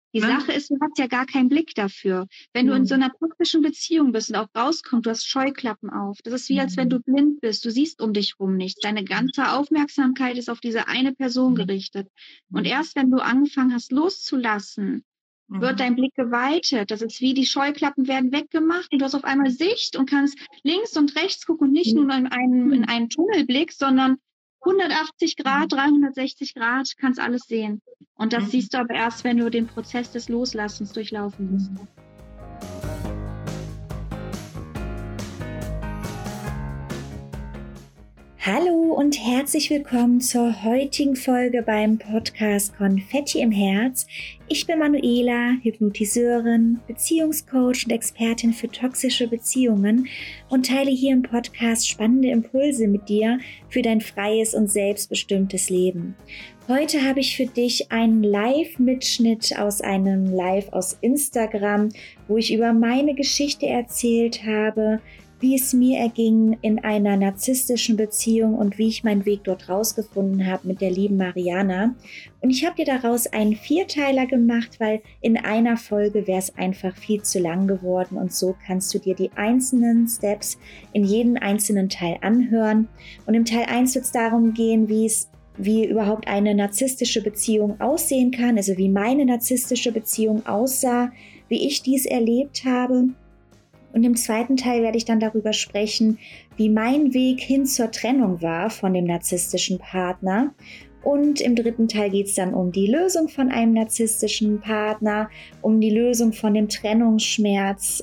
Die Sache ist, du hast ja gar keinen Blick dafür. Wenn du in so einer toxischen Beziehung bist und auch rauskommst, du hast Scheuklappen auf. Das ist wie, als wenn du blind bist. Du siehst um dich rum nichts. Deine ganze Aufmerksamkeit ist auf diese eine Person gerichtet. Und erst wenn du angefangen hast, loszulassen, wird dein Blick geweitet. Das ist wie, die Scheuklappen werden weggemacht und du hast auf einmal Sicht und kannst links und rechts gucken und nicht nur in einen Tunnelblick, sondern 180 Grad, 360 Grad, kannst alles sehen. Und das siehst du aber erst, wenn du den Prozess des Loslassens durchlaufen bist. Hallo und herzlich willkommen zur heutigen Folge beim Podcast Konfetti im Herz. Ich bin Manuela, Hypnotiseurin, Beziehungscoach und Expertin für toxische Beziehungen und teile hier im Podcast spannende Impulse mit dir für dein freies und selbstbestimmtes Leben. Heute habe ich für dich einen Live-Mitschnitt aus einem Live aus Instagram, wo ich über meine Geschichte erzählt habe, wie es mir erging in einer narzisstischen Beziehung und wie ich meinen Weg dort rausgefunden habe mit der lieben Mariana. Und ich habe dir daraus einen Vierteiler gemacht, weil in einer Folge wäre es einfach viel zu lang geworden und so kannst du dir die einzelnen Steps in jedem einzelnen Teil anhören. Und im Teil 1 wird es darum gehen, wie überhaupt eine narzisstische Beziehung aussehen kann, also wie meine narzisstische Beziehung aussah, wie ich dies erlebt habe. Und im zweiten Teil werde ich dann darüber sprechen, wie mein Weg hin zur Trennung war von dem narzisstischen Partner. Und im dritten Teil geht es dann um die Lösung von einem narzisstischen Partner, um die Lösung von dem Trennungsschmerz.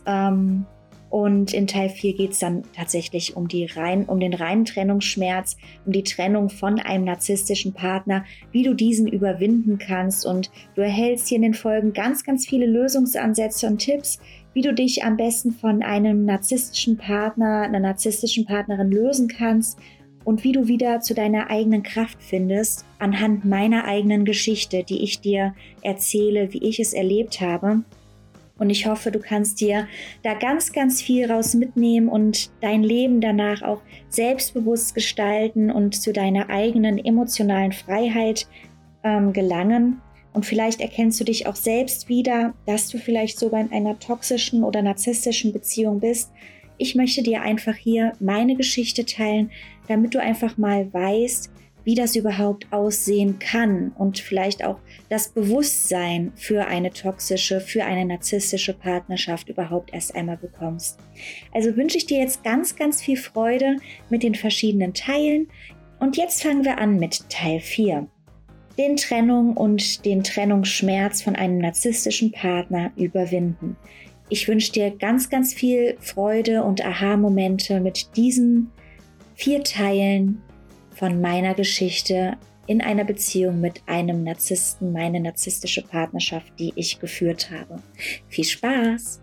Und in Teil 4 geht es dann tatsächlich um den reinen Trennungsschmerz, um die Trennung von einem narzisstischen Partner, wie du diesen überwinden kannst. Und du erhältst hier in den Folgen ganz, ganz viele Lösungsansätze und Tipps, wie du dich am besten von einem narzisstischen Partner, einer narzisstischen Partnerin lösen kannst und wie du wieder zu deiner eigenen Kraft findest, anhand meiner eigenen Geschichte, die ich dir erzähle, wie ich es erlebt habe. Und ich hoffe, du kannst dir da ganz, ganz viel raus mitnehmen und dein Leben danach auch selbstbewusst gestalten und zu deiner eigenen emotionalen Freiheit gelangen. Und vielleicht erkennst du dich auch selbst wieder, dass du vielleicht sogar in einer toxischen oder narzisstischen Beziehung bist. Ich möchte dir einfach hier meine Geschichte teilen, damit du einfach mal weißt, wie das überhaupt aussehen kann und vielleicht auch das Bewusstsein für eine toxische, für eine narzisstische Partnerschaft überhaupt erst einmal bekommst. Also wünsche ich dir jetzt ganz, ganz viel Freude mit den verschiedenen Teilen. Und jetzt fangen wir an mit Teil 4. Den Trennung und den Trennungsschmerz von einem narzisstischen Partner überwinden. Ich wünsche dir ganz, ganz viel Freude und Aha-Momente mit diesen 4 Teilen von meiner Geschichte in einer Beziehung mit einem Narzissten, meine narzisstische Partnerschaft, die ich geführt habe. Viel Spaß!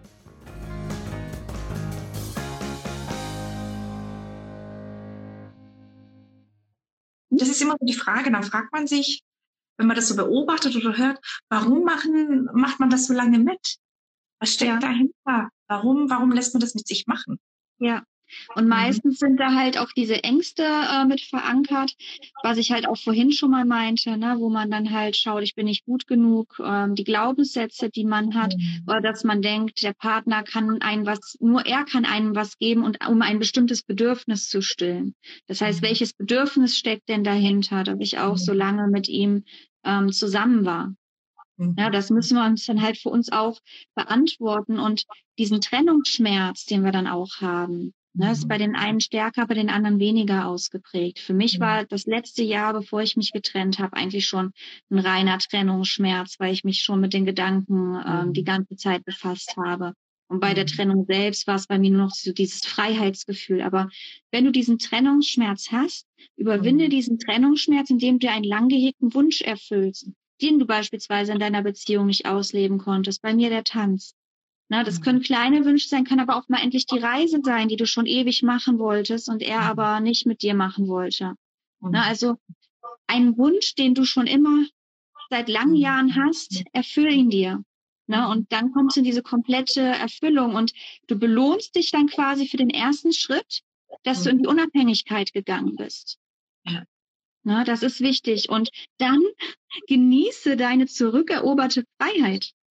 Das ist immer so die Frage, dann fragt man sich, wenn man das so beobachtet oder hört, warum macht man das so lange mit? Was steckt dahinter? Warum lässt man das mit sich machen? Ja, und meistens sind da halt auch diese Ängste mit verankert, was ich halt auch vorhin schon mal meinte, ne, wo man dann halt schaut, ich bin nicht gut genug, die Glaubenssätze, die man hat, oder dass man denkt, der Partner kann nur er kann einem was geben, und um ein bestimmtes Bedürfnis zu stillen. Das heißt, welches Bedürfnis steckt denn dahinter, dass ich auch so lange mit ihm zusammen war? Ja, das müssen wir uns dann halt für uns auch beantworten, und diesen Trennungsschmerz, den wir dann auch haben, ne, ist bei den einen stärker, bei den anderen weniger ausgeprägt. Für mich war das letzte Jahr, bevor ich mich getrennt habe, eigentlich schon ein reiner Trennungsschmerz, weil ich mich schon mit den Gedanken die ganze Zeit befasst habe. Und bei der Trennung selbst war es bei mir nur noch so dieses Freiheitsgefühl. Aber wenn du diesen Trennungsschmerz hast, überwinde diesen Trennungsschmerz, indem du einen lang gehegten Wunsch erfüllst, den du beispielsweise in deiner Beziehung nicht ausleben konntest. Bei mir der Tanz. Na, das können kleine Wünsche sein, kann aber auch mal endlich die Reise sein, die du schon ewig machen wolltest und er aber nicht mit dir machen wollte. Na, also ein Wunsch, den du schon immer seit langen Jahren hast, erfüll ihn dir. Na, und dann kommst du in diese komplette Erfüllung und du belohnst dich dann quasi für den ersten Schritt, dass du in die Unabhängigkeit gegangen bist. Ja. Na, das ist wichtig. Und dann genieße deine zurückeroberte Freiheit.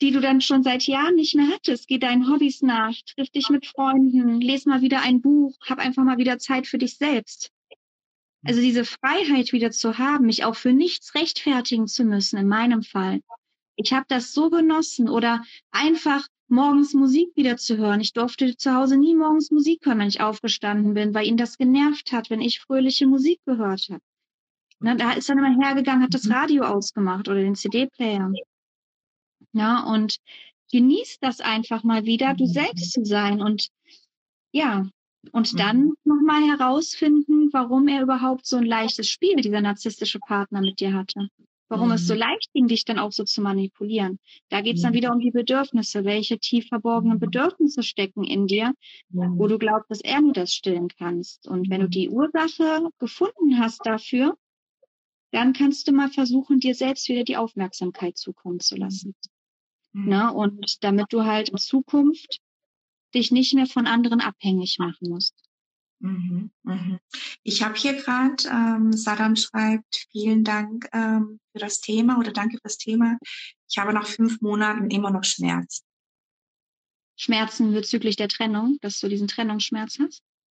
die du dann schon seit Jahren nicht mehr hattest. Geh deinen Hobbys nach, triff dich mit Freunden, les mal wieder ein Buch, hab einfach mal wieder Zeit für dich selbst. Also diese Freiheit wieder zu haben, mich auch für nichts rechtfertigen zu müssen, in meinem Fall. Ich habe das so genossen. Oder einfach morgens Musik wieder zu hören. Ich durfte zu Hause nie morgens Musik hören, wenn ich aufgestanden bin, weil ihn das genervt hat, wenn ich fröhliche Musik gehört habe. Ne, da ist dann immer hergegangen, hat das Radio ausgemacht oder den CD-Player. Ja, und genieß das einfach mal wieder, du selbst zu sein. Und ja, und dann nochmal herausfinden, warum er überhaupt so ein leichtes Spiel, dieser narzisstische Partner mit dir hatte. Warum es so leicht ging, dich dann auch so zu manipulieren. Da geht's dann wieder um die Bedürfnisse. Welche tief verborgenen Bedürfnisse stecken in dir, wo du glaubst, dass er nur das stillen kannst. Und wenn du die Ursache gefunden hast dafür, dann kannst du mal versuchen, dir selbst wieder die Aufmerksamkeit zukommen zu lassen. Ne? Und damit du halt in Zukunft dich nicht mehr von anderen abhängig machen musst. Ich habe hier gerade, Sadam schreibt, vielen Dank für das Thema oder danke fürs Thema. Ich habe nach 5 Monaten immer noch Schmerz. Schmerzen bezüglich der Trennung, dass du diesen Trennungsschmerz hast?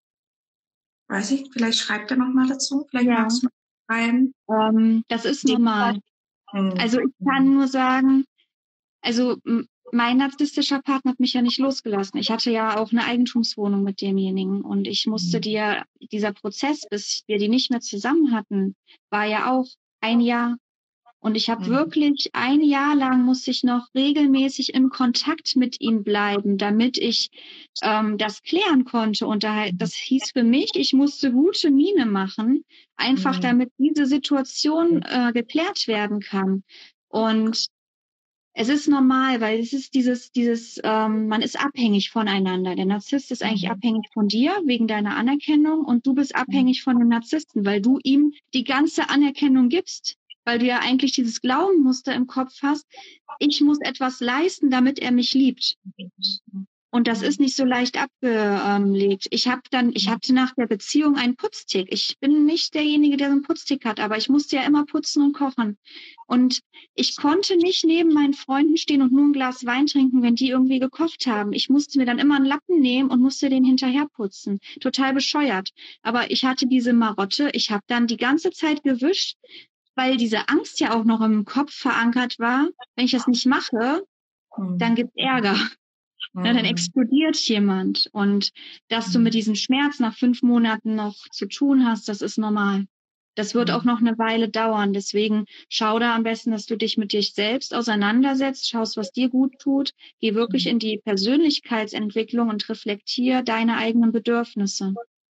Weiß ich, vielleicht schreibt er nochmal dazu. Vielleicht Ja. magst du mal schreiben. Das ist normal. Also ich kann nur sagen, also mein narzisstischer Partner hat mich ja nicht losgelassen. Ich hatte ja auch eine Eigentumswohnung mit demjenigen und ich musste dieser Prozess, bis wir die nicht mehr zusammen hatten, war ja auch 1 Jahr. Und ich habe wirklich 1 Jahr lang musste ich noch regelmäßig im Kontakt mit ihm bleiben, damit ich das klären konnte. Und das hieß für mich, ich musste gute Miene machen, einfach damit diese Situation geklärt werden kann. Und es ist normal, weil es ist man ist abhängig voneinander. Der Narzisst ist eigentlich abhängig von dir wegen deiner Anerkennung und du bist abhängig von dem Narzissten, weil du ihm die ganze Anerkennung gibst, weil du ja eigentlich dieses Glaubenmuster im Kopf hast, ich muss etwas leisten, damit er mich liebt. Und das ist nicht so leicht abgelegt. Ich hatte nach der Beziehung einen Putztick. Ich bin nicht derjenige, der so einen Putztick hat, aber ich musste ja immer putzen und kochen. Und ich konnte nicht neben meinen Freunden stehen und nur ein Glas Wein trinken, wenn die irgendwie gekocht haben. Ich musste mir dann immer einen Lappen nehmen und musste den hinterher putzen. Total bescheuert. Aber ich hatte diese Marotte. Ich habe dann die ganze Zeit gewischt, weil diese Angst ja auch noch im Kopf verankert war. Wenn ich das nicht mache, dann gibt's Ärger. Ja, dann explodiert jemand. Und dass du mit diesem Schmerz nach 5 Monaten noch zu tun hast, das ist normal. Das wird auch noch eine Weile dauern. Deswegen schau da am besten, dass du dich mit dir selbst auseinandersetzt, schaust, was dir gut tut. Geh wirklich in die Persönlichkeitsentwicklung und reflektier deine eigenen Bedürfnisse.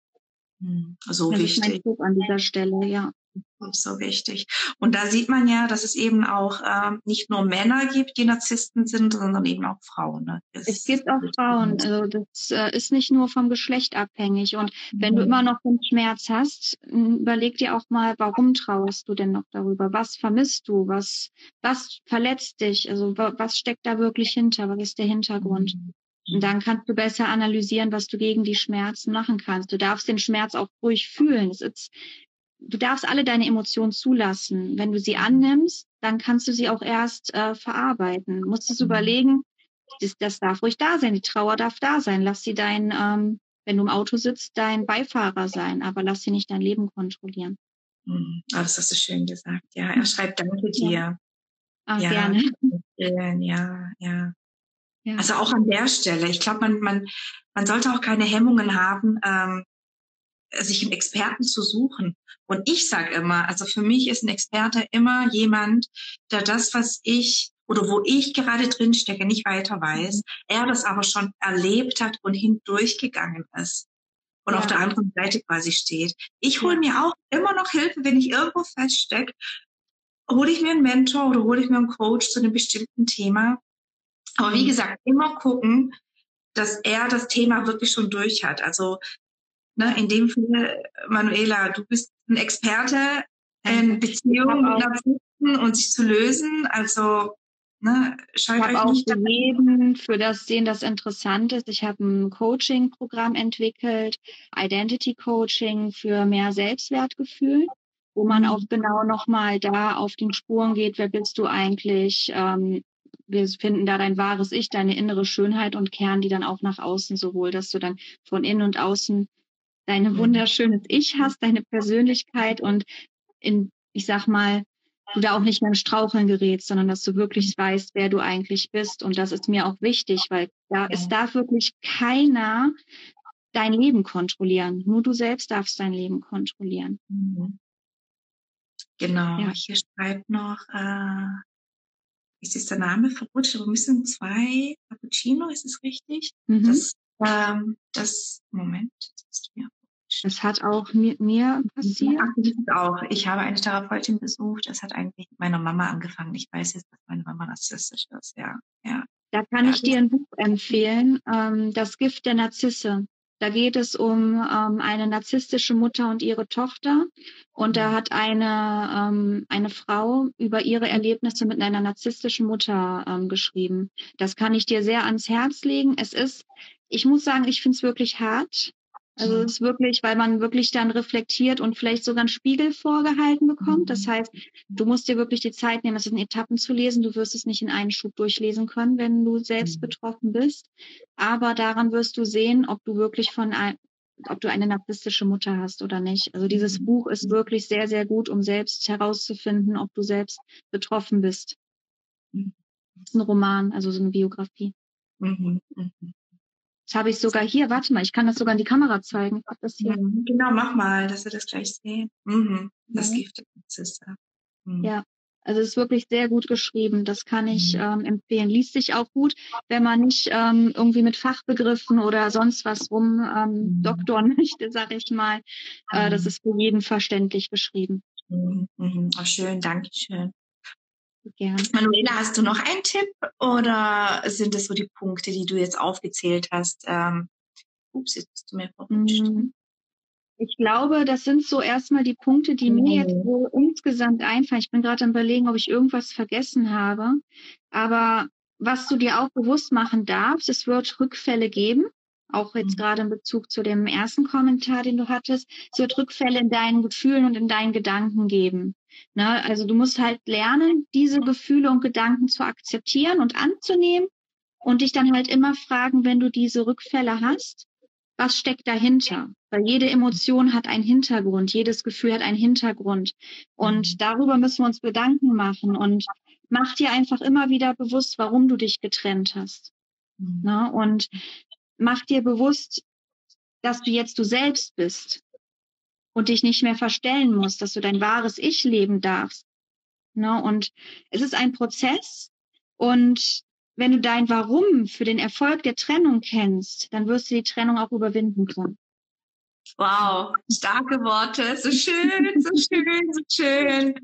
So das wichtig. ist mein Tipp an dieser Stelle, ja. So wichtig. Und da sieht man ja, dass es eben auch nicht nur Männer gibt, die Narzissten sind, sondern eben auch Frauen. Ne? Es gibt auch Frauen. Also das ist nicht nur vom Geschlecht abhängig. Und wenn du immer noch den Schmerz hast, überleg dir auch mal, warum trauerst du denn noch darüber? Was vermisst du? Was verletzt dich? Also was steckt da wirklich hinter? Was ist der Hintergrund? Und dann kannst du besser analysieren, was du gegen die Schmerzen machen kannst. Du darfst den Schmerz auch ruhig fühlen. Du darfst alle deine Emotionen zulassen. Wenn du sie annimmst, dann kannst du sie auch erst verarbeiten. Du musst es überlegen, das darf ruhig da sein, die Trauer darf da sein. Lass sie wenn du im Auto sitzt, dein Beifahrer sein, aber lass sie nicht dein Leben kontrollieren. Das hast du schön gesagt. Ja, er schreibt, danke dir. Ja, gerne. Ja. Also auch an der Stelle. Ich glaube, man sollte auch keine Hemmungen haben, sich einen Experten zu suchen. Und ich sage immer, also für mich ist ein Experte immer jemand, der das, was ich oder wo ich gerade drin stecke, nicht weiter weiß, er das aber schon erlebt hat und hindurchgegangen ist und auf der anderen Seite quasi steht. Ich hole mir auch immer noch Hilfe, wenn ich irgendwo feststecke, hole ich mir einen Mentor oder hole ich mir einen Coach zu einem bestimmten Thema. Aber wie gesagt, immer gucken, dass er das Thema wirklich schon durch hat. Also in dem Fall, Manuela, du bist ein Experte in Beziehungen mit Narzissten und sich zu lösen. Also ich habe auch für jeden, für das interessant ist. Ich habe ein Coaching-Programm entwickelt, Identity Coaching für mehr Selbstwertgefühl, wo man auch genau nochmal da auf den Spuren geht, wer bist du eigentlich, wir finden da dein wahres Ich, deine innere Schönheit und kehren die dann auch nach außen sowohl, dass du dann von innen und außen dein wunderschönes Ich hast, deine Persönlichkeit und ich sag mal, du da auch nicht mehr in Straucheln gerätst, sondern dass du wirklich weißt, wer du eigentlich bist. Und das ist mir auch wichtig, weil es darf wirklich keiner dein Leben kontrollieren. Nur du selbst darfst dein Leben kontrollieren. Genau, ja. Hier schreibt noch, ist der Name verrutscht, aber müssen 2 Cappuccino, ist es richtig? Moment, das hat auch mir passiert. Auch. Ich habe eine Therapeutin besucht, das hat eigentlich mit meiner Mama angefangen. Ich weiß jetzt, dass meine Mama narzisstisch ist, ja. Da kann ich dir ein Buch empfehlen, Das Gift der Narzisse. Da geht es um eine narzisstische Mutter und ihre Tochter. Und da hat eine Frau über ihre Erlebnisse mit einer narzisstischen Mutter geschrieben. Das kann ich dir sehr ans Herz legen. Ich muss sagen, ich finde es wirklich hart. Also es ist wirklich, weil man wirklich dann reflektiert und vielleicht sogar einen Spiegel vorgehalten bekommt. Das heißt, du musst dir wirklich die Zeit nehmen, es in Etappen zu lesen. Du wirst es nicht in einen Schub durchlesen können, wenn du selbst betroffen bist. Aber daran wirst du sehen, ob du wirklich ob du eine narzisstische Mutter hast oder nicht. Also dieses Buch ist wirklich sehr, sehr gut, um selbst herauszufinden, ob du selbst betroffen bist. Das ist ein Roman, also so eine Biografie. Das habe ich sogar hier. Warte mal, ich kann das sogar in die Kamera zeigen. Ich hab das hier. Genau, mach mal, dass wir das gleich sehen. Das Gift der Narzisse. Ja, also es ist wirklich sehr gut geschrieben. Das kann ich empfehlen. Liest sich auch gut, wenn man nicht irgendwie mit Fachbegriffen oder sonst was doktoren möchte, sag ich mal. Das ist für jeden verständlich geschrieben. Oh, schön, danke schön. Gerne. Manuela, hast du noch einen Tipp oder sind das so die Punkte, die du jetzt aufgezählt hast? Jetzt bist du mir verrutscht. Ich glaube, das sind so erstmal die Punkte, die mir jetzt so insgesamt einfallen. Ich bin gerade am Überlegen, ob ich irgendwas vergessen habe. Aber was du dir auch bewusst machen darfst, es wird Rückfälle geben. Auch jetzt gerade in Bezug zu dem ersten Kommentar, den du hattest. Es wird Rückfälle in deinen Gefühlen und in deinen Gedanken geben. Ne? Also du musst halt lernen, diese Gefühle und Gedanken zu akzeptieren und anzunehmen und dich dann halt immer fragen, wenn du diese Rückfälle hast, was steckt dahinter? Weil jede Emotion hat einen Hintergrund, jedes Gefühl hat einen Hintergrund. Und darüber müssen wir uns Gedanken machen und mach dir einfach immer wieder bewusst, warum du dich getrennt hast. Ne? Und mach dir bewusst, dass du jetzt du selbst bist und dich nicht mehr verstellen musst, dass du dein wahres Ich leben darfst. Ne? Und es ist ein Prozess und wenn du dein Warum für den Erfolg der Trennung kennst, dann wirst du die Trennung auch überwinden können. Wow, starke Worte, so schön, so schön, so schön.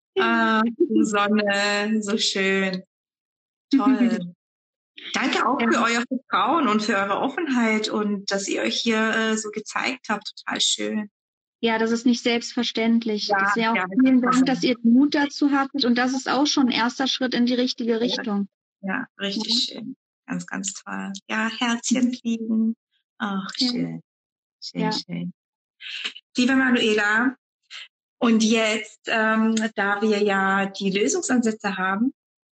Sonne, so schön. Toll. Danke auch für euer Vertrauen und für eure Offenheit und dass ihr euch hier so gezeigt habt. Total schön. Ja, das ist nicht selbstverständlich. Ja, sehr auch vielen Dank, dass ihr den Mut dazu hattet. Und das ist auch schon ein erster Schritt in die richtige Richtung. Ja, richtig schön. Ganz, ganz toll. Ja, Herzchen fliegen. Ach, schön. Schön. Liebe Manuela, und jetzt, da wir ja die Lösungsansätze haben,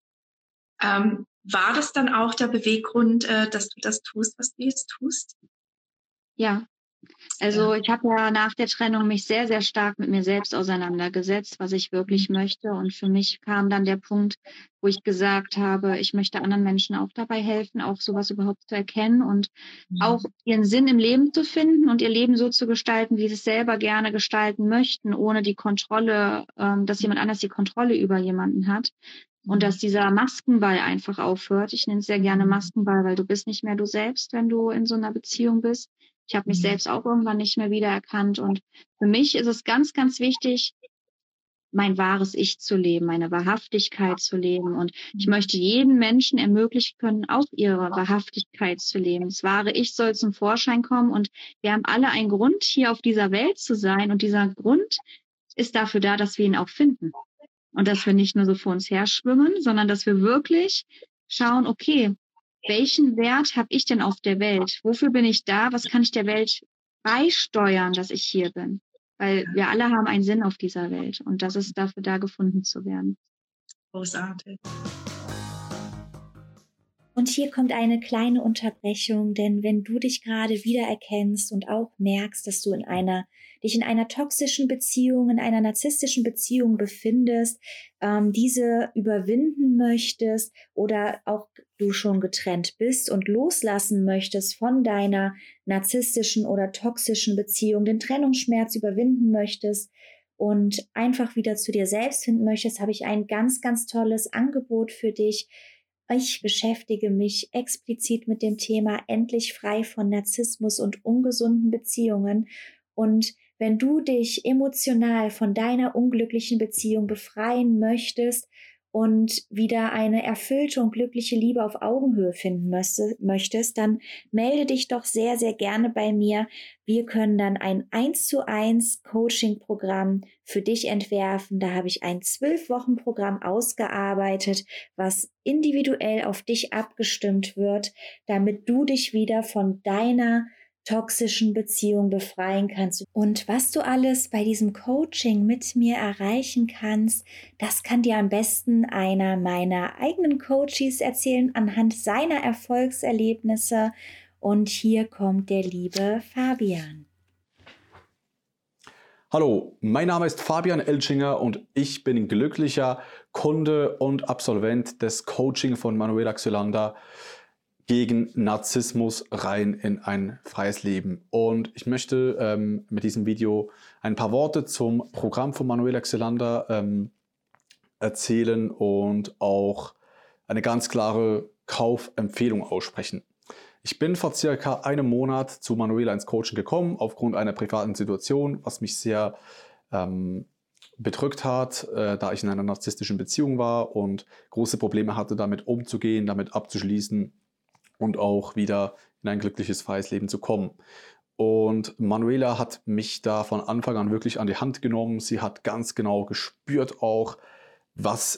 war das dann auch der Beweggrund, dass du das tust, was du jetzt tust? Ja. Also ich habe ja nach der Trennung mich sehr, sehr stark mit mir selbst auseinandergesetzt, was ich wirklich möchte. Und für mich kam dann der Punkt, wo ich gesagt habe, ich möchte anderen Menschen auch dabei helfen, auch sowas überhaupt zu erkennen und auch ihren Sinn im Leben zu finden und ihr Leben so zu gestalten, wie sie es selber gerne gestalten möchten, ohne die Kontrolle, dass jemand anders die Kontrolle über jemanden hat. Und dass dieser Maskenball einfach aufhört. Ich nenne es sehr gerne Maskenball, weil du bist nicht mehr du selbst, wenn du in so einer Beziehung bist. Ich habe mich selbst auch irgendwann nicht mehr wiedererkannt. Und für mich ist es ganz, ganz wichtig, mein wahres Ich zu leben, meine Wahrhaftigkeit zu leben. Und ich möchte jedem Menschen ermöglichen können, auch ihre Wahrhaftigkeit zu leben. Das wahre Ich soll zum Vorschein kommen. Und wir haben alle einen Grund, hier auf dieser Welt zu sein. Und dieser Grund ist dafür da, dass wir ihn auch finden. Und dass wir nicht nur so vor uns her schwimmen, sondern dass wir wirklich schauen, okay, welchen Wert habe ich denn auf der Welt? Wofür bin ich da? Was kann ich der Welt beisteuern, dass ich hier bin? Weil wir alle haben einen Sinn auf dieser Welt und das ist dafür da, gefunden zu werden. Großartig. Und hier kommt eine kleine Unterbrechung, denn wenn du dich gerade wiedererkennst und auch merkst, dass du dich in einer toxischen Beziehung, in einer narzisstischen Beziehung befindest, diese überwinden möchtest oder auch du schon getrennt bist und loslassen möchtest von deiner narzisstischen oder toxischen Beziehung, den Trennungsschmerz überwinden möchtest und einfach wieder zu dir selbst finden möchtest, habe ich ein ganz, ganz tolles Angebot für dich. Ich beschäftige mich explizit mit dem Thema endlich frei von Narzissmus und ungesunden Beziehungen. Und wenn du dich emotional von deiner unglücklichen Beziehung befreien möchtest und wieder eine erfüllte und glückliche Liebe auf Augenhöhe finden möchtest, dann melde dich doch sehr, sehr gerne bei mir. Wir können dann ein 1:1 Coaching-Programm für dich entwerfen. Da habe ich ein 12-Wochen-Programm ausgearbeitet, was individuell auf dich abgestimmt wird, damit du dich wieder von deiner toxischen Beziehung befreien kannst. Und was du alles bei diesem Coaching mit mir erreichen kannst, das kann dir am besten einer meiner eigenen Coaches erzählen anhand seiner Erfolgserlebnisse. Und hier kommt der liebe Fabian. Hallo, mein Name ist Fabian Eltschinger und ich bin glücklicher Kunde und Absolvent des Coaching von Manuela Xylander gegen Narzissmus rein in ein freies Leben. Und ich möchte mit diesem Video ein paar Worte zum Programm von Manuela Xylander erzählen und auch eine ganz klare Kaufempfehlung aussprechen. Ich bin vor circa einem Monat zu Manuela ins Coaching gekommen, aufgrund einer privaten Situation, was mich sehr bedrückt hat, da ich in einer narzisstischen Beziehung war und große Probleme hatte, damit umzugehen, damit abzuschließen und auch wieder in ein glückliches, freies Leben zu kommen. Und Manuela hat mich da von Anfang an wirklich an die Hand genommen. Sie hat ganz genau gespürt auch, was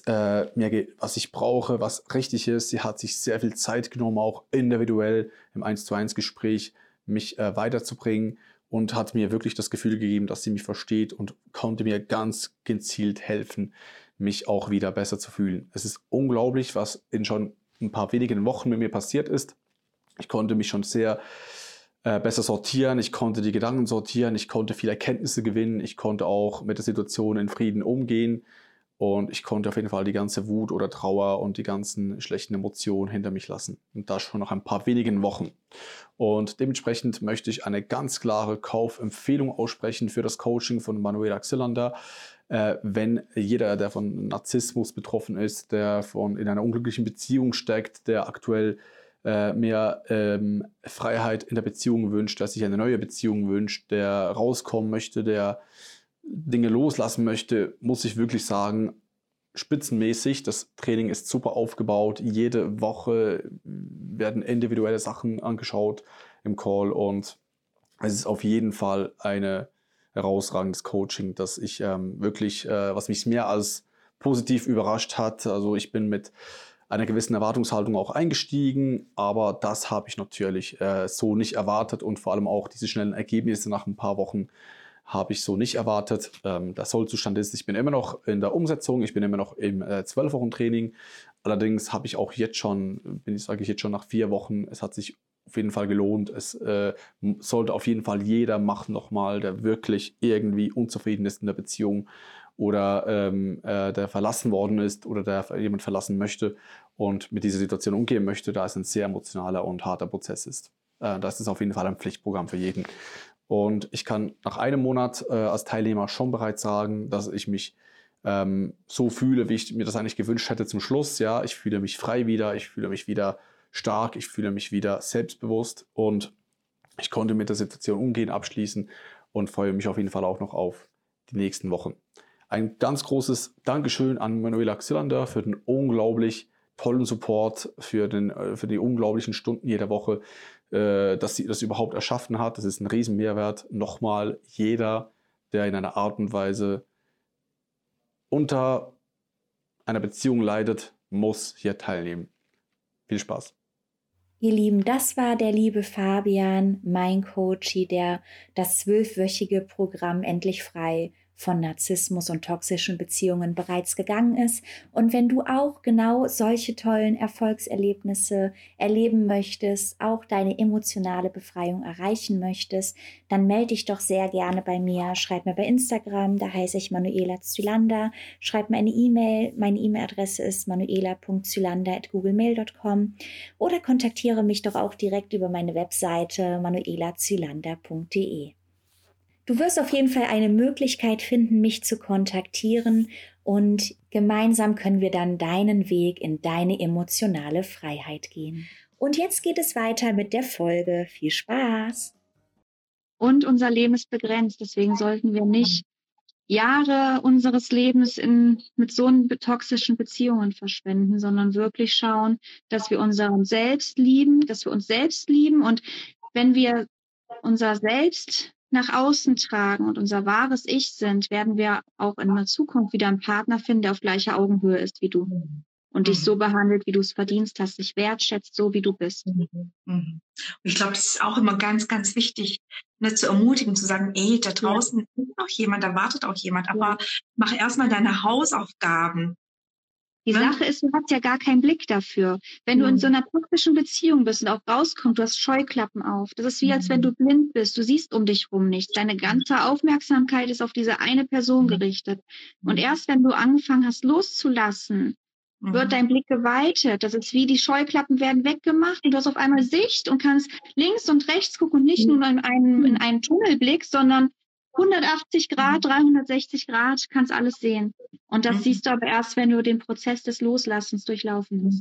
ich brauche, was richtig ist. Sie hat sich sehr viel Zeit genommen, auch individuell im 1:1 Gespräch mich weiterzubringen und hat mir wirklich das Gefühl gegeben, dass sie mich versteht und konnte mir ganz gezielt helfen, mich auch wieder besser zu fühlen. Es ist unglaublich, was in schon ein paar wenigen Wochen mit mir passiert ist. Ich konnte mich schon sehr besser sortieren, ich konnte die Gedanken sortieren, ich konnte viele Erkenntnisse gewinnen, ich konnte auch mit der Situation in Frieden umgehen und ich konnte auf jeden Fall die ganze Wut oder Trauer und die ganzen schlechten Emotionen hinter mich lassen. Und das schon nach ein paar wenigen Wochen. Und dementsprechend möchte ich eine ganz klare Kaufempfehlung aussprechen für das Coaching von Manuela Xylander. Wenn jeder, der von Narzissmus betroffen ist, der in einer unglücklichen Beziehung steckt, der aktuell mehr Freiheit in der Beziehung wünscht, der sich eine neue Beziehung wünscht, der rauskommen möchte, der Dinge loslassen möchte, muss ich wirklich sagen, spitzenmäßig. Das Training ist super aufgebaut. Jede Woche werden individuelle Sachen angeschaut im Call und es ist auf jeden Fall ein herausragendes Coaching, das ich was mich mehr als positiv überrascht hat. Also ich bin mit einer gewissen Erwartungshaltung auch eingestiegen, aber das habe ich natürlich so nicht erwartet und vor allem auch diese schnellen Ergebnisse nach ein paar Wochen habe ich so nicht erwartet. Der Sollzustand ist, ich bin immer noch in der Umsetzung, ich bin immer noch im 12-Wochen-Training. Allerdings habe ich auch jetzt schon, sage ich jetzt schon nach 4 Wochen, es hat sich auf jeden Fall gelohnt. Es sollte auf jeden Fall jeder machen nochmal, der wirklich irgendwie unzufrieden ist in der Beziehung oder der verlassen worden ist oder der jemand verlassen möchte und mit dieser Situation umgehen möchte, da es ein sehr emotionaler und harter Prozess ist. Das ist auf jeden Fall ein Pflichtprogramm für jeden. Und ich kann nach einem Monat als Teilnehmer schon bereits sagen, dass ich mich so fühle, wie ich mir das eigentlich gewünscht hätte zum Schluss. Ja, ich fühle mich frei wieder, ich fühle mich wieder stark, ich fühle mich wieder selbstbewusst und ich konnte mit der Situation umgehen, abschließen und freue mich auf jeden Fall auch noch auf die nächsten Wochen. Ein ganz großes Dankeschön an Manuela Xylander für den unglaublich tollen Support, für die unglaublichen Stunden jeder Woche, dass sie das überhaupt erschaffen hat. Das ist ein riesen Mehrwert. Nochmal, jeder, der in einer Art und Weise unter einer Beziehung leidet, muss hier teilnehmen. Viel Spaß. Ihr Lieben, das war der liebe Fabian, mein Coachie, der das 12-wöchige Programm Endlich frei von Narzissmus und toxischen Beziehungen bereits gegangen ist. Und wenn du auch genau solche tollen Erfolgserlebnisse erleben möchtest, auch deine emotionale Befreiung erreichen möchtest, dann melde dich doch sehr gerne bei mir. Schreib mir bei Instagram, da heiße ich Manuela Zylander. Schreib mir eine E-Mail. Meine E-Mail-Adresse ist manuela.zylander@googlemail.com oder kontaktiere mich doch auch direkt über meine Webseite manuelazylander.de. Du wirst auf jeden Fall eine Möglichkeit finden, mich zu kontaktieren und gemeinsam können wir dann deinen Weg in deine emotionale Freiheit gehen. Und jetzt geht es weiter mit der Folge. Viel Spaß! Und unser Leben ist begrenzt, deswegen sollten wir nicht Jahre unseres Lebens mit so toxischen Beziehungen verschwenden, sondern wirklich schauen, dass wir uns selbst lieben und wenn wir unser Selbst nach außen tragen und unser wahres Ich sind, werden wir auch in der Zukunft wieder einen Partner finden, der auf gleicher Augenhöhe ist wie du und dich so behandelt, wie du es verdienst hast, dich wertschätzt, so wie du bist. Und ich glaube, das ist auch immer ganz, ganz wichtig, ne, zu ermutigen, zu sagen, ey, da draußen ist noch jemand, da wartet auch jemand, aber mach erstmal deine Hausaufgaben. Die Sache ist, du hast ja gar keinen Blick dafür. Wenn du in so einer toxischen Beziehung bist und auch rauskommst, du hast Scheuklappen auf. Das ist wie, als wenn du blind bist. Du siehst um dich rum nichts. Deine ganze Aufmerksamkeit ist auf diese eine Person gerichtet. Und erst wenn du angefangen hast, loszulassen, wird dein Blick geweitet. Das ist wie, die Scheuklappen werden weggemacht und du hast auf einmal Sicht und kannst links und rechts gucken und nicht nur in einen Tunnelblick, sondern 180 Grad, 360 Grad, kannst alles sehen. Und das siehst du aber erst, wenn du den Prozess des Loslassens durchlaufen hast.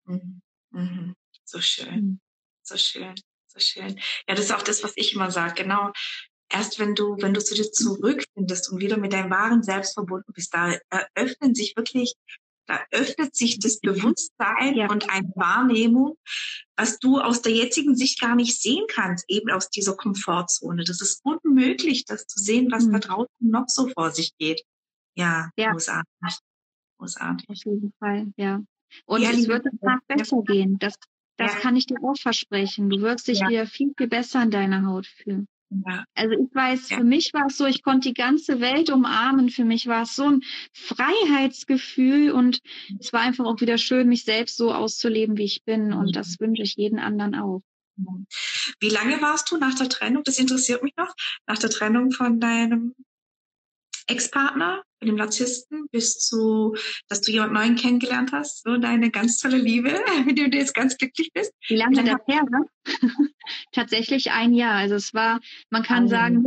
So schön, so schön, so schön. Ja, das ist auch das, was ich immer sage. Genau. Erst wenn du zu dir zurückfindest und wieder mit deinem wahren Selbst verbunden bist, da öffnet sich das Bewusstsein und eine Wahrnehmung, was du aus der jetzigen Sicht gar nicht sehen kannst, eben aus dieser Komfortzone. Das ist unmöglich, das zu sehen, was da draußen noch so vor sich geht. Ja. Großartig. Großartig. Auf jeden Fall, ja. Und es wird danach besser gehen. Das kann ich dir auch versprechen. Du wirst dich wieder viel, viel besser in deiner Haut fühlen. Ja. Also ich weiß, für mich war es so, ich konnte die ganze Welt umarmen. Für mich war es so ein Freiheitsgefühl und es war einfach auch wieder schön, mich selbst so auszuleben, wie ich bin. Und das wünsche ich jeden anderen auch. Wie lange warst du nach der Trennung, das interessiert mich noch, nach der Trennung von deinem Ex-Partner, von dem Narzissten, bis zu, dass du jemand Neuen kennengelernt hast, so deine ganz tolle Liebe, mit der du jetzt ganz glücklich bist? Wie lange das her, ne? Tatsächlich 1 Jahr. Also es war, man kann sagen,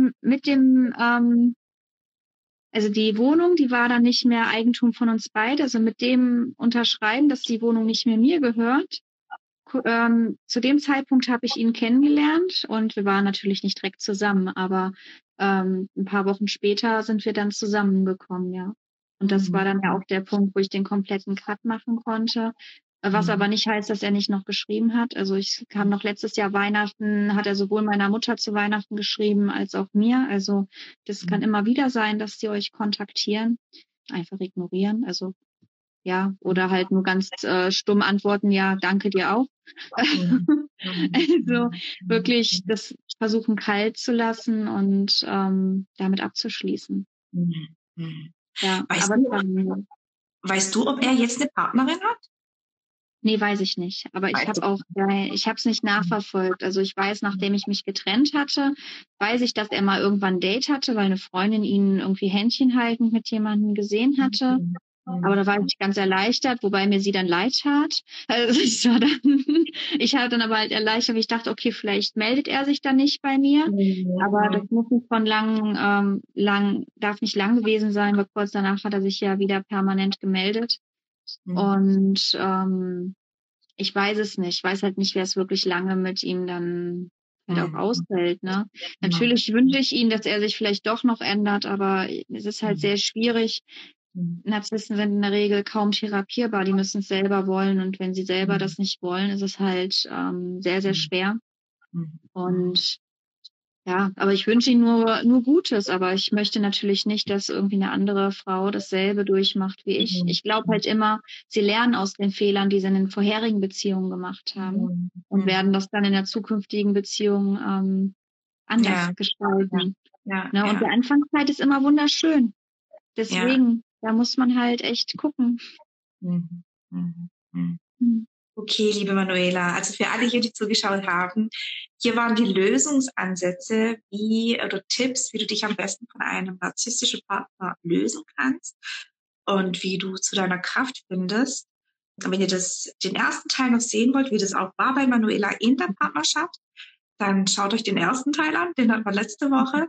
also die Wohnung, die war dann nicht mehr Eigentum von uns beiden. Also mit dem Unterschreiben, dass die Wohnung nicht mehr mir gehört. Zu dem Zeitpunkt habe ich ihn kennengelernt und wir waren natürlich nicht direkt zusammen, aber ein paar Wochen später sind wir dann zusammengekommen, ja. Und das war dann ja auch der Punkt, wo ich den kompletten Cut machen konnte. Was aber nicht heißt, dass er nicht noch geschrieben hat. Also ich kam noch letztes Jahr Weihnachten, hat er sowohl meiner Mutter zu Weihnachten geschrieben als auch mir. Also das kann immer wieder sein, dass die euch kontaktieren. Einfach ignorieren. Also ja, oder halt nur ganz stumm antworten, ja, danke dir auch. Also wirklich das versuchen kalt zu lassen und damit abzuschließen. Ja, Weißt du, ob er jetzt eine Partnerin hat? Nee, weiß ich nicht. Aber ich habe es nicht nachverfolgt. Also ich weiß, nachdem ich mich getrennt hatte, weiß ich, dass er mal irgendwann ein Date hatte, weil eine Freundin ihn irgendwie händchenhaltend mit jemandem gesehen hatte. Aber da war ich ganz erleichtert, wobei mir sie dann leid tat. Also ich war dann aber halt erleichtert, weil ich dachte, okay, vielleicht meldet er sich dann nicht bei mir. Aber das muss nicht darf nicht lang gewesen sein, weil kurz danach hat er sich ja wieder permanent gemeldet. Und ich weiß es nicht. Ich weiß halt nicht, wer es wirklich lange mit ihm dann halt auch aushält. Ne? Natürlich wünsche ich ihm, dass er sich vielleicht doch noch ändert, aber es ist halt sehr schwierig. Narzissten sind in der Regel kaum therapierbar. Die müssen es selber wollen und wenn sie selber das nicht wollen, ist es halt sehr, sehr schwer. Und ja, aber ich wünsche ihnen nur Gutes, aber ich möchte natürlich nicht, dass irgendwie eine andere Frau dasselbe durchmacht wie ich. Ich glaube halt immer, sie lernen aus den Fehlern, die sie in den vorherigen Beziehungen gemacht haben und werden das dann in der zukünftigen Beziehung anders gestalten. Ja, Ne? Und die Anfangszeit ist immer wunderschön. Deswegen, da muss man halt echt gucken. Mhm. Mhm. Mhm. Mhm. Okay, liebe Manuela, also für alle hier, die zugeschaut haben, hier waren die Lösungsansätze, oder Tipps, wie du dich am besten von einem narzisstischen Partner lösen kannst und wie du zu deiner Kraft findest. Und wenn ihr den ersten Teil noch sehen wollt, wie das auch war bei Manuela in der Partnerschaft, dann schaut euch den ersten Teil an, den hatten wir letzte Woche.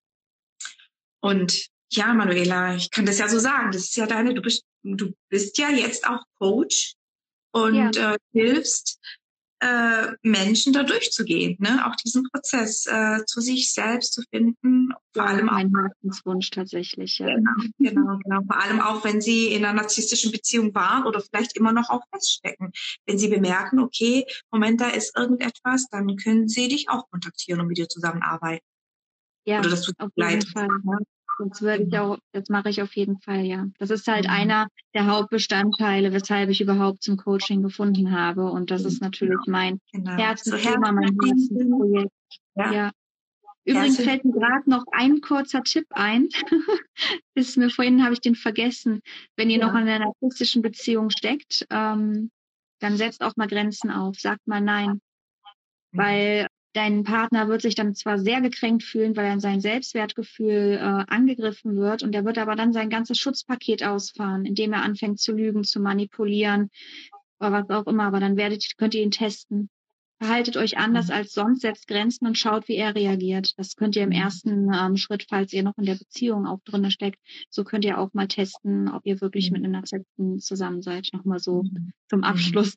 Und ja, Manuela, ich kann das ja so sagen, das ist ja du bist ja jetzt auch Coach und hilfst Menschen da durchzugehen, ne? Auch diesen Prozess zu sich selbst zu finden, vor allem auch mein Herzenswunsch tatsächlich, ja. Genau. Vor allem auch, wenn sie in einer narzisstischen Beziehung waren oder vielleicht immer noch auch feststecken. Wenn sie bemerken, okay, Moment, da ist irgendetwas, dann können sie dich auch kontaktieren und mit dir zusammenarbeiten. Ja, oder das tut auf mir jeden leid. Fall. Ja. Das mache ich auf jeden Fall, ja. Das ist halt einer der Hauptbestandteile, weshalb ich überhaupt zum Coaching gefunden habe. Und das ist natürlich mein Herzensthema, mein Herzensprojekt. Ja. Übrigens fällt mir gerade noch ein kurzer Tipp ein. Vorhin habe ich den vergessen. Wenn ihr noch in einer narzisstischen Beziehung steckt, dann setzt auch mal Grenzen auf. Sagt mal nein. Weil dein Partner wird sich dann zwar sehr gekränkt fühlen, weil er sein Selbstwertgefühl angegriffen wird, und er wird aber dann sein ganzes Schutzpaket ausfahren, indem er anfängt zu lügen, zu manipulieren oder was auch immer. Aber dann könnt ihr ihn testen. Verhaltet euch anders als sonst, setzt Grenzen und schaut, wie er reagiert. Das könnt ihr im ersten Schritt, falls ihr noch in der Beziehung auch drin steckt, so könnt ihr auch mal testen, ob ihr wirklich mit einem Narzissten zusammen seid. Nochmal so zum Abschluss.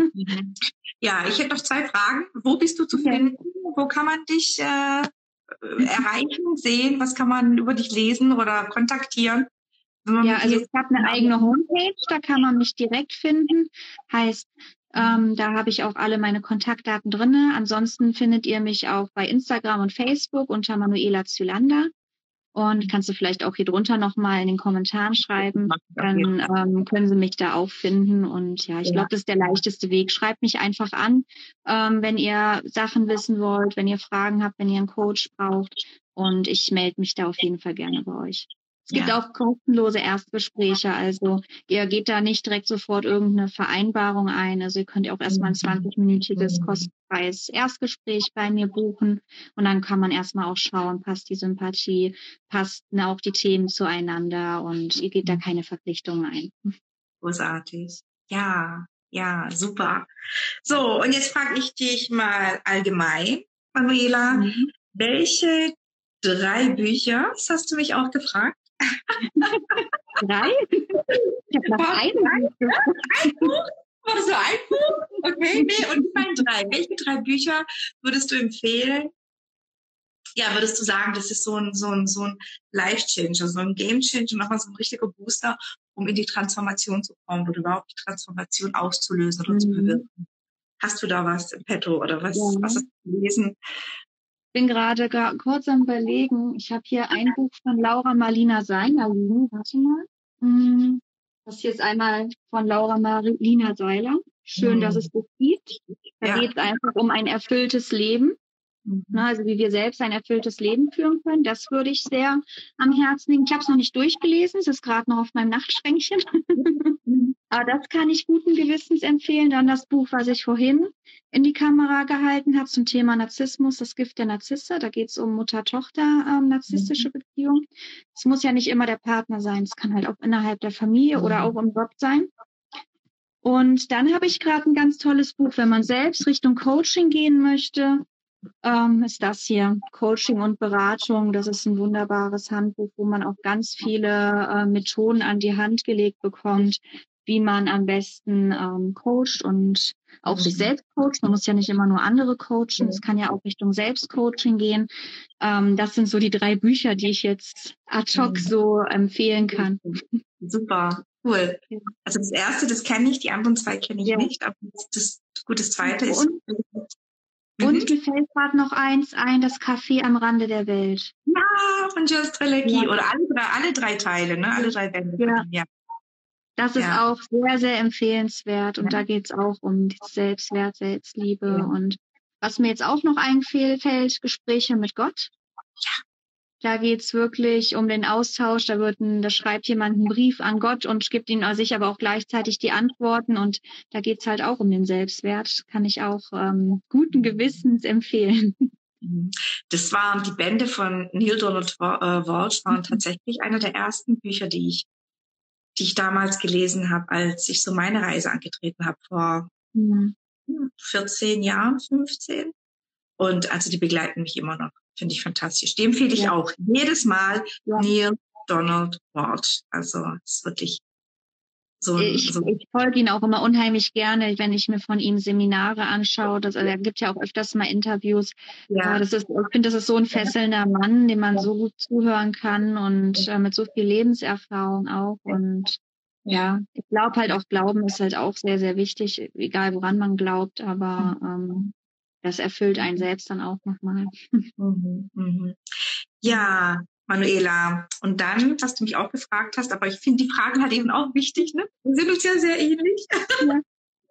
Ja, ich hätte noch 2 Fragen. Wo bist du zu finden? Wo kann man dich erreichen, sehen? Was kann man über dich lesen oder kontaktieren? Ja, also ich habe eine eigene Homepage, da kann man mich direkt finden. Heißt, da habe ich auch alle meine Kontaktdaten drinne. Ansonsten findet ihr mich auch bei Instagram und Facebook unter Manuela Zylander. Und kannst du vielleicht auch hier drunter nochmal in den Kommentaren schreiben. Dann können Sie mich da auch finden. Und ja, ich glaube, das ist der leichteste Weg. Schreibt mich einfach an, wenn ihr Sachen wissen wollt, wenn ihr Fragen habt, wenn ihr einen Coach braucht. Und ich melde mich da auf jeden Fall gerne bei euch. Es gibt auch kostenlose Erstgespräche, also ihr geht da nicht direkt sofort irgendeine Vereinbarung ein. Also ihr könnt auch erstmal ein 20-minütiges kostenfreies Erstgespräch bei mir buchen, und dann kann man erstmal auch schauen, passt die Sympathie, passen auch die Themen zueinander, und ihr geht da keine Verpflichtungen ein. Großartig. Ja, super. So, und jetzt frage ich dich mal allgemein, Manuela, welche 3 Bücher, das hast du mich auch gefragt? 3? Ich habe noch ein Buch. Machst du ein Buch? Okay, nee, und ich meine 3. Welche 3 Bücher würdest du empfehlen? Ja, würdest du sagen, das ist so ein Life-Changer, so ein Game-Changer, nochmal so ein richtiger Booster, um in die Transformation zu kommen oder überhaupt die Transformation auszulösen oder zu bewirken? Hast du da was im Petto oder was hast du gelesen? Ich bin gerade kurz am Überlegen. Ich habe hier ein Buch von Laura Marlina Seiler liegen. Warte mal. Das hier ist einmal von Laura Marlina Seiler. Schön, dass es das gibt. Da geht es einfach um ein erfülltes Leben. Also wie wir selbst ein erfülltes Leben führen können. Das würde ich sehr am Herzen liegen. Ich habe es noch nicht durchgelesen. Es ist gerade noch auf meinem Nachtschränkchen. Aber das kann ich guten Gewissens empfehlen. Dann das Buch, was ich vorhin in die Kamera gehalten habe zum Thema Narzissmus, das Gift der Narzisse. Da geht es um Mutter-Tochter, narzisstische Beziehung. Es muss ja nicht immer der Partner sein. Es kann halt auch innerhalb der Familie oder auch im Job sein. Und dann habe ich gerade ein ganz tolles Buch, wenn man selbst Richtung Coaching gehen möchte, ist das hier, Coaching und Beratung. Das ist ein wunderbares Handbuch, wo man auch ganz viele Methoden an die Hand gelegt bekommt, wie man am besten coacht und auch sich selbst coacht. Man muss ja nicht immer nur andere coachen. Es kann ja auch Richtung Selbstcoaching gehen. Das sind so die 3 Bücher, die ich jetzt ad hoc so empfehlen kann. Super, cool. Also das erste, das kenne ich, die anderen 2 kenne ich nicht, aber das zweite ist... Und mir fällt gerade noch eins ein, das Café am Rande der Welt. Ja, von Just Strelecki. Oder alle 3 Teile, ne? Alle 3 Bände. Ja. Das ist auch sehr, sehr empfehlenswert. Und da geht es auch um Selbstwert, Selbstliebe. Und was mir jetzt auch noch einfällt, Gespräche mit Gott. Da geht's wirklich um den Austausch. Da schreibt jemand einen Brief an Gott und gibt ihm sich aber auch gleichzeitig die Antworten. Und da geht's halt auch um den Selbstwert. Kann ich auch guten Gewissens empfehlen. Das waren die Bände von Neale Donald Walsch, waren tatsächlich einer der ersten Bücher, die ich damals gelesen habe, als ich so meine Reise angetreten habe vor 14 Jahren, 15. Und also die begleiten mich immer noch. Finde ich fantastisch. Die empfehle ich auch jedes Mal. Neale Donald Walsch. Also es ist wirklich ich folge ihn auch immer unheimlich gerne, wenn ich mir von ihm Seminare anschaue. Er gibt ja auch öfters mal Interviews. Ja. Ich finde, das ist so ein fesselnder Mann, dem man so gut zuhören kann und mit so viel Lebenserfahrung auch. Und ja, ich glaube halt auch, Glauben ist halt auch sehr, sehr wichtig, egal woran man glaubt, aber das erfüllt einen selbst dann auch nochmal. Ja, Manuela, und dann, was du mich auch gefragt hast, aber ich finde die Fragen halt eben auch wichtig, ne? Wir sind uns ja sehr ähnlich. Ja.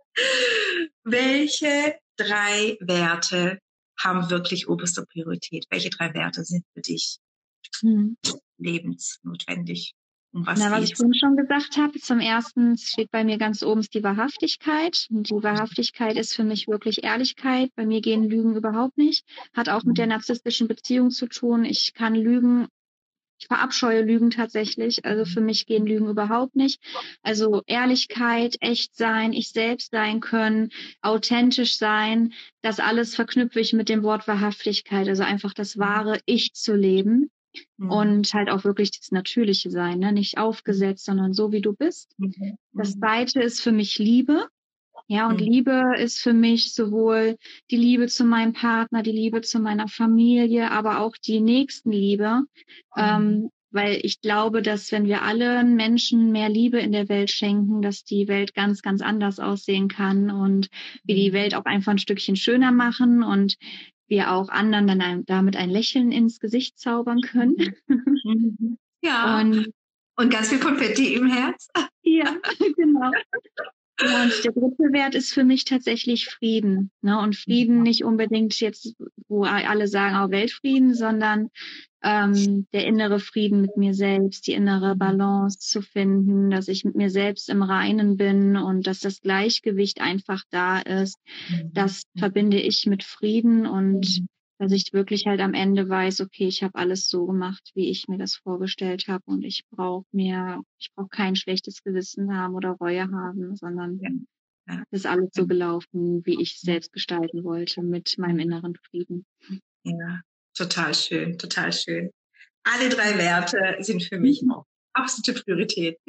Welche 3 Werte haben wirklich oberste Priorität? Welche 3 Werte sind für dich lebensnotwendig? Was ich vorhin schon gesagt habe, zum Ersten steht bei mir ganz oben die Wahrhaftigkeit. Und die Wahrhaftigkeit ist für mich wirklich Ehrlichkeit. Bei mir gehen Lügen überhaupt nicht. Hat auch mit der narzisstischen Beziehung zu tun. Ich kann lügen. Ich verabscheue Lügen tatsächlich. Also für mich gehen Lügen überhaupt nicht. Also Ehrlichkeit, echt sein, ich selbst sein können, authentisch sein. Das alles verknüpfe ich mit dem Wort Wahrhaftigkeit. Also einfach das wahre Ich zu leben. Und halt auch wirklich das Natürliche sein, ne? Nicht aufgesetzt, sondern so, wie du bist. Das Zweite ist für mich Liebe. Ja, und Liebe ist für mich sowohl die Liebe zu meinem Partner, die Liebe zu meiner Familie, aber auch die Nächstenliebe. Weil ich glaube, dass wenn wir allen Menschen mehr Liebe in der Welt schenken, dass die Welt ganz, ganz anders aussehen kann und wir die Welt auch einfach ein Stückchen schöner machen und wir auch anderen dann damit ein Lächeln ins Gesicht zaubern können. Ja, und ganz viel Konfetti im Herz. Ja, genau. Ja, und der dritte Wert ist für mich tatsächlich Frieden. Ne? Und Frieden nicht unbedingt jetzt, wo alle sagen, Weltfrieden, sondern der innere Frieden mit mir selbst, die innere Balance zu finden, dass ich mit mir selbst im Reinen bin und dass das Gleichgewicht einfach da ist. Das verbinde ich mit Frieden und dass ich wirklich halt am Ende weiß, okay, ich habe alles so gemacht, wie ich mir das vorgestellt habe und ich brauche kein schlechtes Gewissen haben oder Reue haben, sondern es ist alles so gelaufen, wie ich es selbst gestalten wollte, mit meinem inneren Frieden. Ja, total schön, total schön. Alle 3 Werte sind für mich auch absolute Priorität.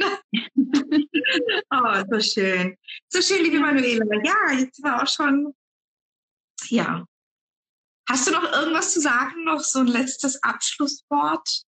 Oh, so schön. So schön, liebe Manuela. Ja, jetzt war auch schon, ja. Hast du noch irgendwas zu sagen? Noch so ein letztes Abschlusswort?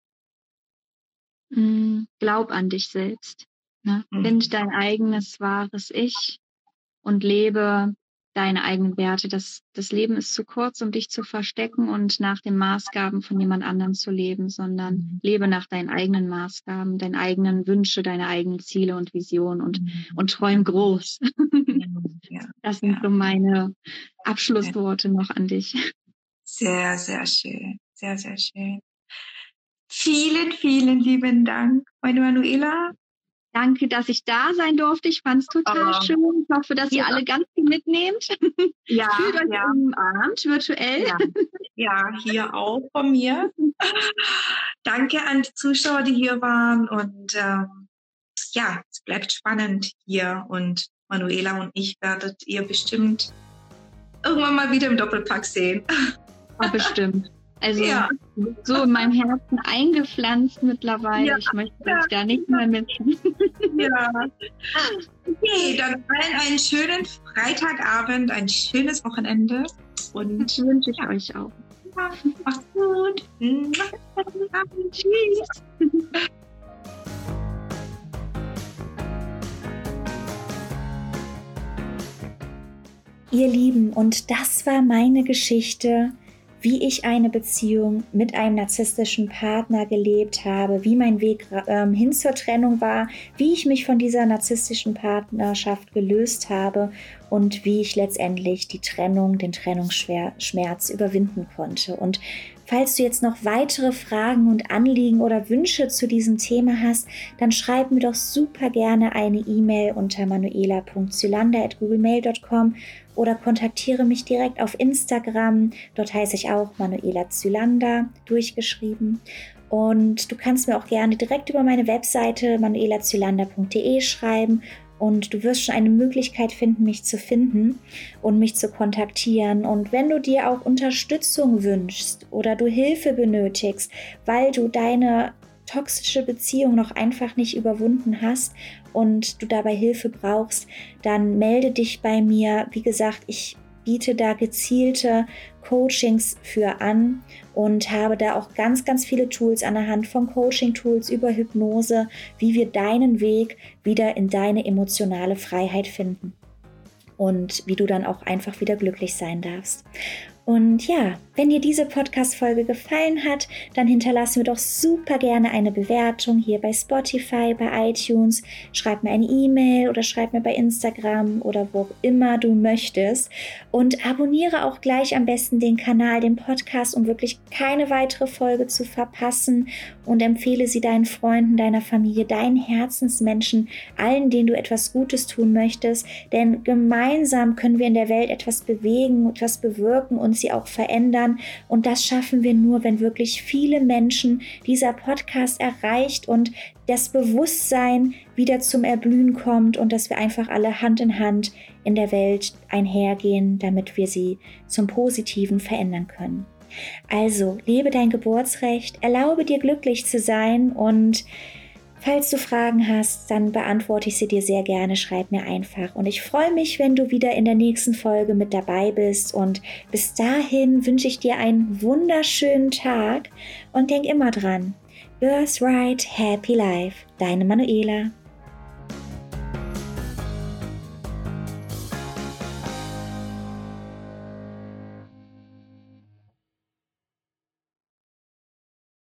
Glaub an dich selbst. Ne? Find dein eigenes wahres Ich und lebe deine eigenen Werte. Das Leben ist zu kurz, um dich zu verstecken und nach den Maßgaben von jemand anderem zu leben, sondern lebe nach deinen eigenen Maßgaben, deinen eigenen Wünsche, deine eigenen Ziele und Visionen und träum groß. Das sind so meine Abschlussworte noch an dich. Sehr, sehr schön. Sehr, sehr schön. Vielen, vielen lieben Dank, meine Manuela. Danke, dass ich da sein durfte. Ich fand es total schön. Ich hoffe, dass ihr alle ganz viel mitnehmt. Ja, fühlt euch umarmt, virtuell. Ja, hier auch von mir. Danke an die Zuschauer, die hier waren. Und es bleibt spannend hier. Und Manuela und ich werdet ihr bestimmt irgendwann mal wieder im Doppelpack sehen. Bestimmt. Also so in meinem Herzen eingepflanzt mittlerweile. Ja, ich möchte euch da nicht mehr missen. Ja. Okay, dann allen einen schönen Freitagabend, ein schönes Wochenende. Und das wünsche ich euch auch. Ja, macht's gut. Tschüss. Ihr Lieben, und das war meine Geschichte, wie ich eine Beziehung mit einem narzisstischen Partner gelebt habe, wie mein Weg hin zur Trennung war, wie ich mich von dieser narzisstischen Partnerschaft gelöst habe und wie ich letztendlich die Trennung, den Trennungsschmerz überwinden konnte. Und Falls du jetzt noch weitere Fragen und Anliegen oder Wünsche zu diesem Thema hast, dann schreib mir doch super gerne eine E-Mail unter manuela.zylander@googlemail.com oder kontaktiere mich direkt auf Instagram. Dort heiße ich auch Manuela Zylander, durchgeschrieben. Und du kannst mir auch gerne direkt über meine Webseite manuelazylander.de schreiben und du wirst schon eine Möglichkeit finden, mich zu finden und mich zu kontaktieren. Und wenn du dir auch Unterstützung wünschst oder du Hilfe benötigst, weil du deine toxische Beziehung noch einfach nicht überwunden hast und du dabei Hilfe brauchst, dann melde dich bei mir. Wie gesagt, ich biete da gezielte Coachings für an und habe da auch ganz, ganz viele Tools an der Hand, von Coaching-Tools über Hypnose, wie wir deinen Weg wieder in deine emotionale Freiheit finden und wie du dann auch einfach wieder glücklich sein darfst. Und ja, wenn dir diese Podcast-Folge gefallen hat, dann hinterlass mir doch super gerne eine Bewertung hier bei Spotify, bei iTunes. Schreib mir eine E-Mail oder schreib mir bei Instagram oder wo auch immer du möchtest. Und abonniere auch gleich am besten den Kanal, den Podcast, um wirklich keine weitere Folge zu verpassen. Und empfehle sie deinen Freunden, deiner Familie, deinen Herzensmenschen, allen, denen du etwas Gutes tun möchtest. Denn gemeinsam können wir in der Welt etwas bewegen, etwas bewirken und sie auch verändern. Und das schaffen wir nur, wenn wirklich viele Menschen dieser Podcast erreicht und das Bewusstsein wieder zum Erblühen kommt und dass wir einfach alle Hand in Hand in der Welt einhergehen, damit wir sie zum Positiven verändern können. Also, lebe dein Geburtsrecht, erlaube dir glücklich zu sein und falls du Fragen hast, dann beantworte ich sie dir sehr gerne, schreib mir einfach. Und ich freue mich, wenn du wieder in der nächsten Folge mit dabei bist. Und bis dahin wünsche ich dir einen wunderschönen Tag und denk immer dran. Birthright Happy Life, deine Manuela.